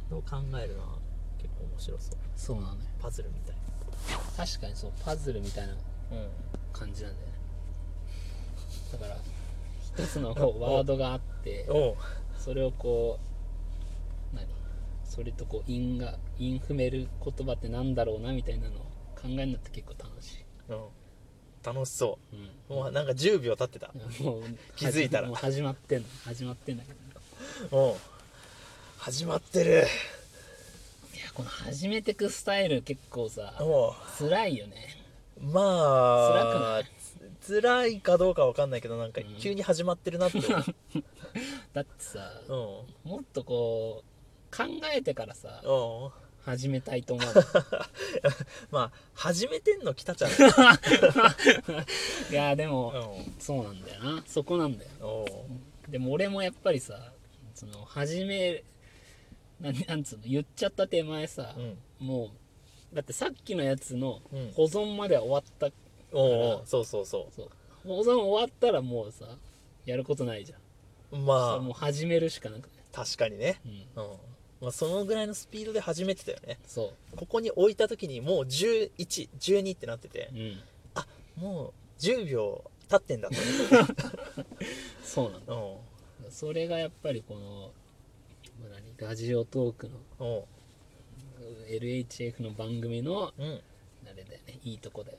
を考えるのは結構面白そう。 そうなのよ。 パズルみたい確かにそうパズルみたいなな。 感じなんだよね。だから一つのこうワードがあっておうそれをこうそれとこう韻踏める言葉ってなんだろうなみたいなのを考えるのって結構楽しい。 楽しそう、 うん、 もうなんか10秒経ってた。 もう気づいたらもう始まってんだけど、ね、 おう始まってる。 いやこの始めてくスタイル結構さおう辛いよね。 まあ辛くない？ 辛いかどうかわかんないけど、なんか急に始まってるなって、 だってさ、 うんもっとこう考えてからさうん始めたいと思うまあ始めてんの来たちゃん。 いやでも、そうなんだよな、そこなんだよ。 おうでも俺もやっぱりさその始めなんつうの言っちゃった手前さ、もうだってさっきのやつの保存までは終わった、 おうそうそうそ保存終わったらもうさやることないじゃん。 う。まあもう始めるしかなくて、 確かにね、まあ、そのぐらいのスピードで始めてたよね。 そここに置いた時にもう11、12ってなってて、 う、 あもう10秒経ってんだと思って。 そうなんだ。それがやっぱりこのラジオトークの LHF の番組のあれだよね、いいとこだよ。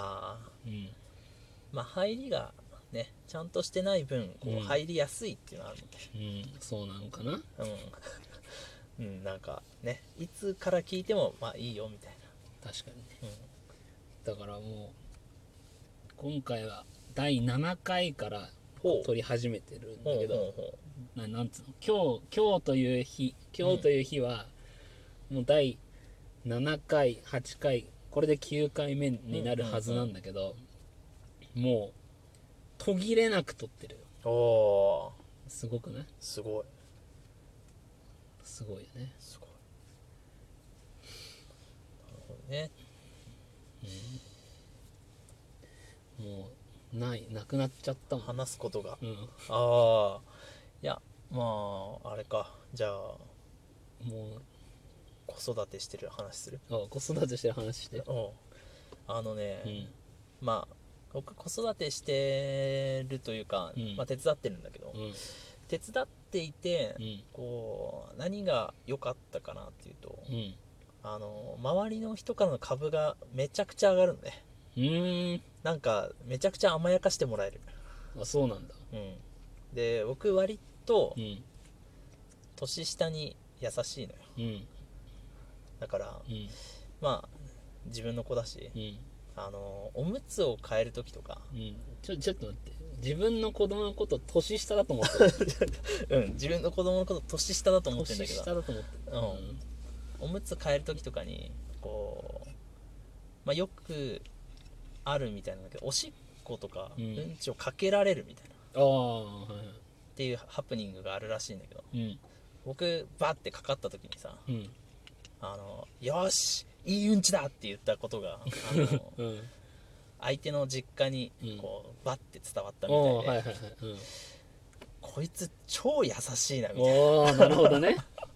まあ入りがねちゃんとしてない分こう入りやすいっていうのはあるので、 そうなのかな。 なんかねいつから聞いてもまあいいよみたいな。確かにね、だからもう今回は第7回から撮り始めてるんだけど、なんつうの、今日という日はもう第7回8回これで9回目になるはずなんだけど、もう途切れなく撮ってるよ。 おーすごくね。 すごいすごいよね。 すごい。なるほどね。 もうなくなっちゃったもん、 話すことが。 もいやまああれか、じゃあう子育てしてる話する。 子育てしてる話して。 まあ僕子育てしてるというか、まあ、手伝ってるんだけど、手伝っていて、こう何が良かったかなっていうと、周りの人からの株がめちゃくちゃ上がるのね。なんかめちゃくちゃ甘やかしてもらえる。 そうなんだ。 で僕割と年下に優しいのよ。だから、まあ自分の子だし、おむつを替える時とか、 ちょっと待って、自分の子供のこと年下だと思ってる。 自分の子供のこと年下だと思ってるんだけど、 年下だと思ってる。 おむつ替える時とかにこう、まあ、よくあるみたいなんだけど、おしっことかうんちをかけられるみたいな、っていうハプニングがあるらしいんだけど、僕バッてかかった時にさ、よしいいうんちだって言ったことが相手の実家にこうバッて伝わったみたいで、こいつ超優しいなみたいな。 なるほどね。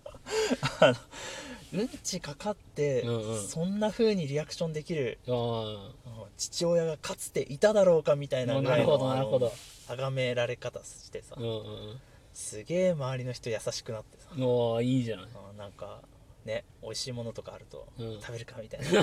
うんちかかってそんな風にリアクションできる父親がかつていただろうかみたいなぐらいの崇められ方してさ、すげえ周りの人優しくなってさ、 いいじゃない。 なんかね、美味しいものとかあると食べるかみたいな。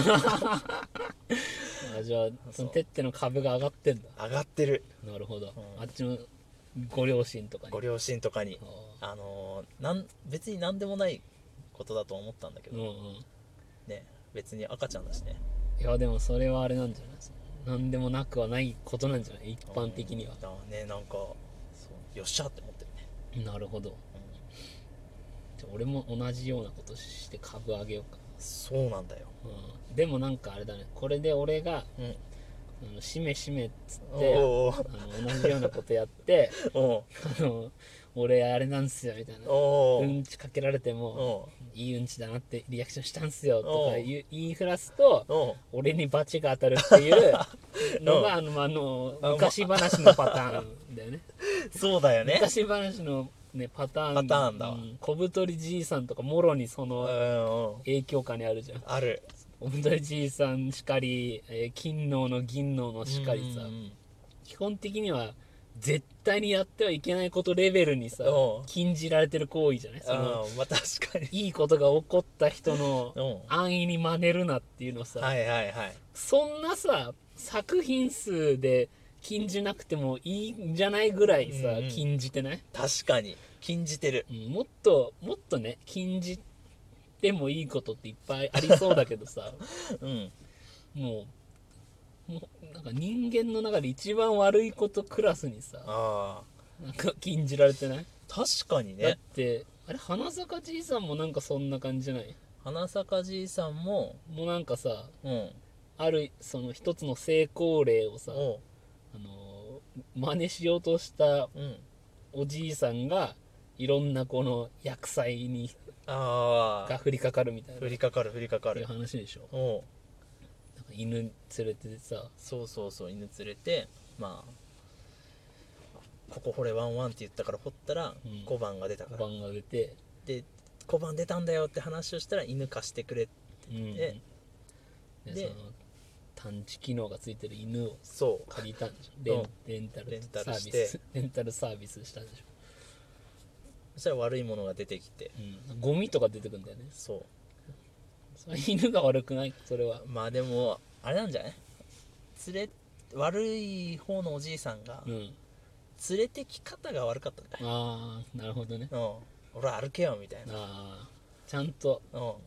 じゃあそのてっての株が上がってんだ。 上がってる。 なるほど。あっちのご両親とかに別に何でもないことだと思ったんだけど、ね、別に赤ちゃんだしね。 いやでもそれはあれなんじゃないですか。何でもなくはないことなんじゃない、一般的には。 ね、なんかそうよっしゃって思ってるね。 なるほど。じゃあ俺も同じようなことして株上げようか。 そうなんだよ。 でもなんかあれだね、これで俺がしめしめっつって同じようなことやって俺あれなんすよみたいな、うんちかけられてもいいうんちだなってリアクションしたんすよとか言いふらすと俺にバチが当たるっていうのが昔話のパターンだよね。 そうだよね。 昔話のねパターンだわ、 小太りじいさんとかもろにその影響下にあるじゃん。 ある。 小太りじいさんしかり、金のの銀ののしかりさ、基本的には絶対にやってはいけないことレベルにさ禁じられてる行為じゃない。そのまあ確かにいいことが起こった人の安易に真似るなっていうのさ、 はいはいはい、 そんなさ作品数で禁じなくてもいいんじゃないぐらいさ、禁じてない？ 確かに禁じてる、 もっとね禁じてもいいことっていっぱいありそうだけどさ、もうなんか人間の中で一番悪いことクラスにさなんか禁じられてない？ 確かにね。 だってあれ花坂じいさんもなんかそんな感じじゃない？ 花坂じいさんもうなんかさ、あるその一つの成功例をさ、真似しようとしたおじいさんがいろんなこの厄災にが降りかかるみたいな、 降りかかるっていう話でしょ。なんか犬連れてさ、 そう犬連れて、まあここ掘れワンワンって言ったから掘ったら小判が出たから、 小判が出て、 で小判出たんだよって話をしたら犬貸してくれって言って、 でその探知機能がついてる犬を借りたんでしょ。レンタルサービスしたんでしょ。 そしたら悪いものが出てきて、 ゴミとか出てくるんだよね。 それ犬が悪くない？それは。 まあでもあれなんじゃない？悪い方のおじいさんが、連れてき方が悪かったんだよ。 ああなるほどね。 俺は歩けよみたいな。 ちゃんと、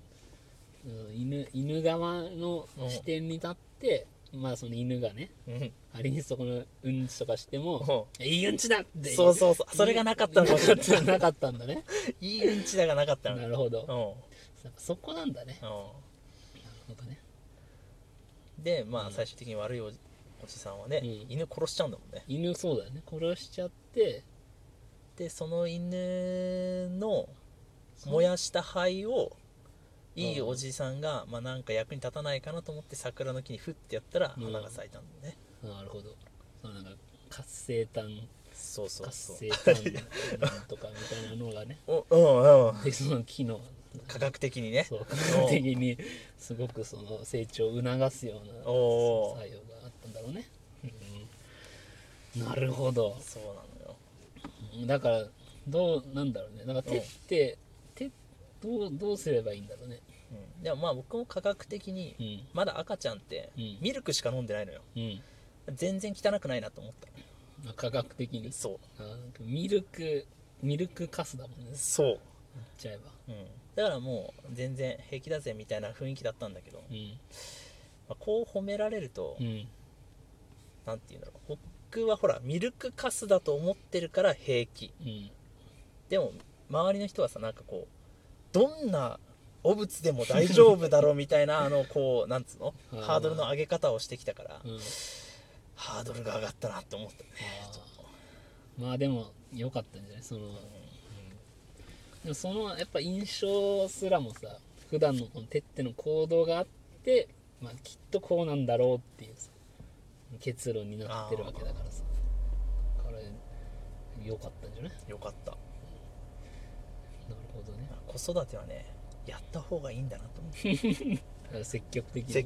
犬側の視点に立って、まあその犬がね、仮にそこのうんちとかしても、いいうんちだって。 そうそれがなかったのかもしれない。 なかったんだね。 いいうんちだがなかったの。 なるほど。そこなんだね。なるほどね。 でまあ最終的に悪いおじさんはね、犬殺しちゃうんだもんね。 犬そうだよね、殺しちゃって、 でその犬の燃やした灰をいいおじさんが、まあなんか役に立たないかなと思って桜の木にフッてやったら花が咲いたんだね。 なるほど。なんか活性炭、 活性炭とかみたいなのがね、でその木の科学的にね、 科学的にすごくその成長を促すような作用があったんだろうね。なるほど。 そうなのよ。 だからなんだろうね。なんか手ってどうすればいいんだろうね。 でもまあ僕も科学的にまだ赤ちゃんってミルクしか飲んでないのよ。全然汚くないなと思った。 科学的に。ミルクカスだもんね。 そう言っちゃえば。 だからもう全然平気だぜみたいな雰囲気だったんだけど、こう褒められると、なんていうんだろう、僕はほらミルクカスだと思ってるから平気、でも周りの人はさ、なんかこうどんな汚物でも大丈夫だろうみたいなこうなんつうのハードルの上げ方をしてきたから、ハードルが上がったなって思ったね。 まあでも良かったんじゃない？でもそのやっぱ印象すらもさ、普段のこのてっての行動があって、まあ、きっとこうなんだろうっていうさ結論になってるわけだからさ、これ良かったんじゃない？ 良かった。なるほどね。 子育てはね、やった方がいいんだなと思って積極的に。 なる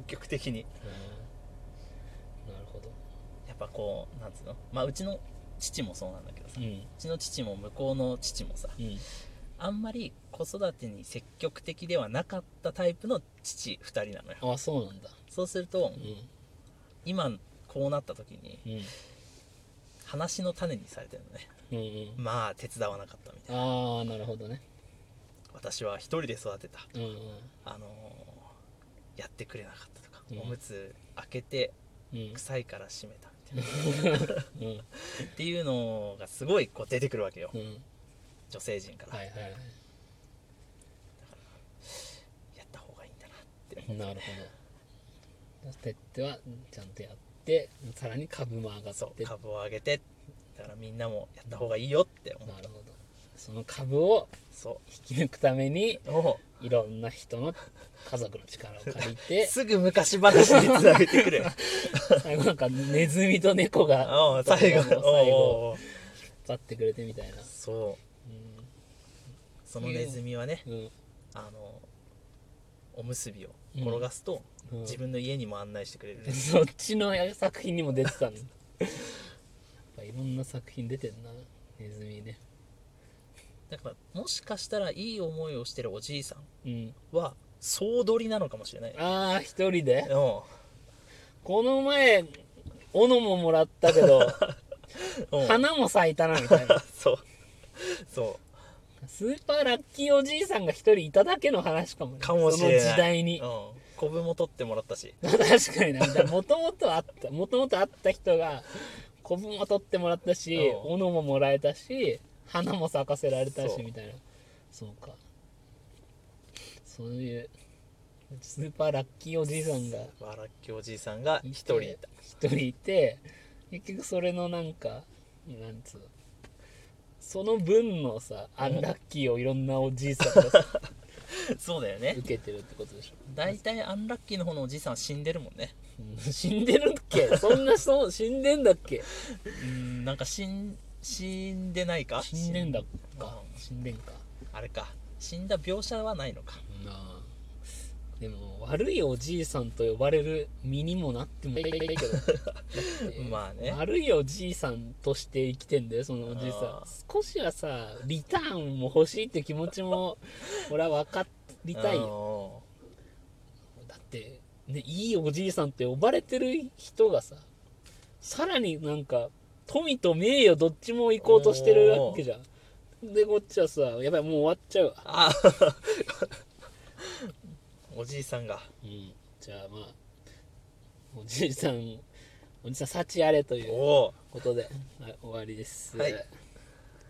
ほど。 やっぱこうなんつうの、まあうちの父もそうなんだけどさ、うちの父も向こうの父もさ、あんまり子育てに積極的ではなかったタイプの父2人なのよ。 そうなんだ。 そうすると、今こうなった時に、話の種にされてるのね。まあ手伝わなかったみたいな。 なるほどね。 私は一人で育てた、やってくれなかったとか、おむつ開けて臭いから閉めたみたいな、っていうのがすごいこう出てくるわけよ、女性陣から、だからやった方がいいんだなってなるほど。てってはちゃんとやって、さらに株も上がって、 株を上げて、だからみんなもやった方がいいよって思う。 なるほど。その株を引き抜くためにいろんな人の家族の力を借りてすぐ昔話につなげてくる最後なんかネズミと猫が最後引っ張ってくれてみたいな。 そうそのネズミはね、おむすびを転がすと、自分の家にも案内してくれる、 そっちの作品にも出てたんだやっぱいろんな作品出てんなネズミね。 だからもしかしたらいい思いをしてるおじいさんは総取りなのかもしれない。 ああ一人で、この前斧ももらったけど花も咲いたなみたいなそうスーパーラッキーおじいさんが一人いただけの話かもね、 かもしれない。 その時代に、 コブも取ってもらったし確かにな、もともとあった人がコブも取ってもらったし、斧ももらえたし花も咲かせられたしみたいな。そうか、そういうスーパーラッキーおじいさんがスーパーラッキーおじいさんが一人いて、結局それのなんかなんつうその分のさアンラッキーをいろんなおじいさんがさそうだよね、 受けてるってことでしょ。 大体アンラッキーの方のおじいさんは死んでるもんね。 死んでるっけそんな死んでんだっけ。 なんか死んでないか。 死んでんだか、死んでんか、 あれか、死んだ描写はないのかな。でも悪いおじいさんと呼ばれる身にもなってもいいけどまあね、 悪いおじいさんとして生きてんだよそのおじいさん。少しはさリターンも欲しいって気持ちも俺は分かりたいよ。だってね、いいおじいさんって呼ばれてる人がさ、さらになんか富と名誉どっちも行こうとしてるわけじゃん。でこっちはさ、やばいもう終わっちゃうわ。 おじいさんが、 じゃあまあおじいさん幸あれということで、はい、終わりです。はい。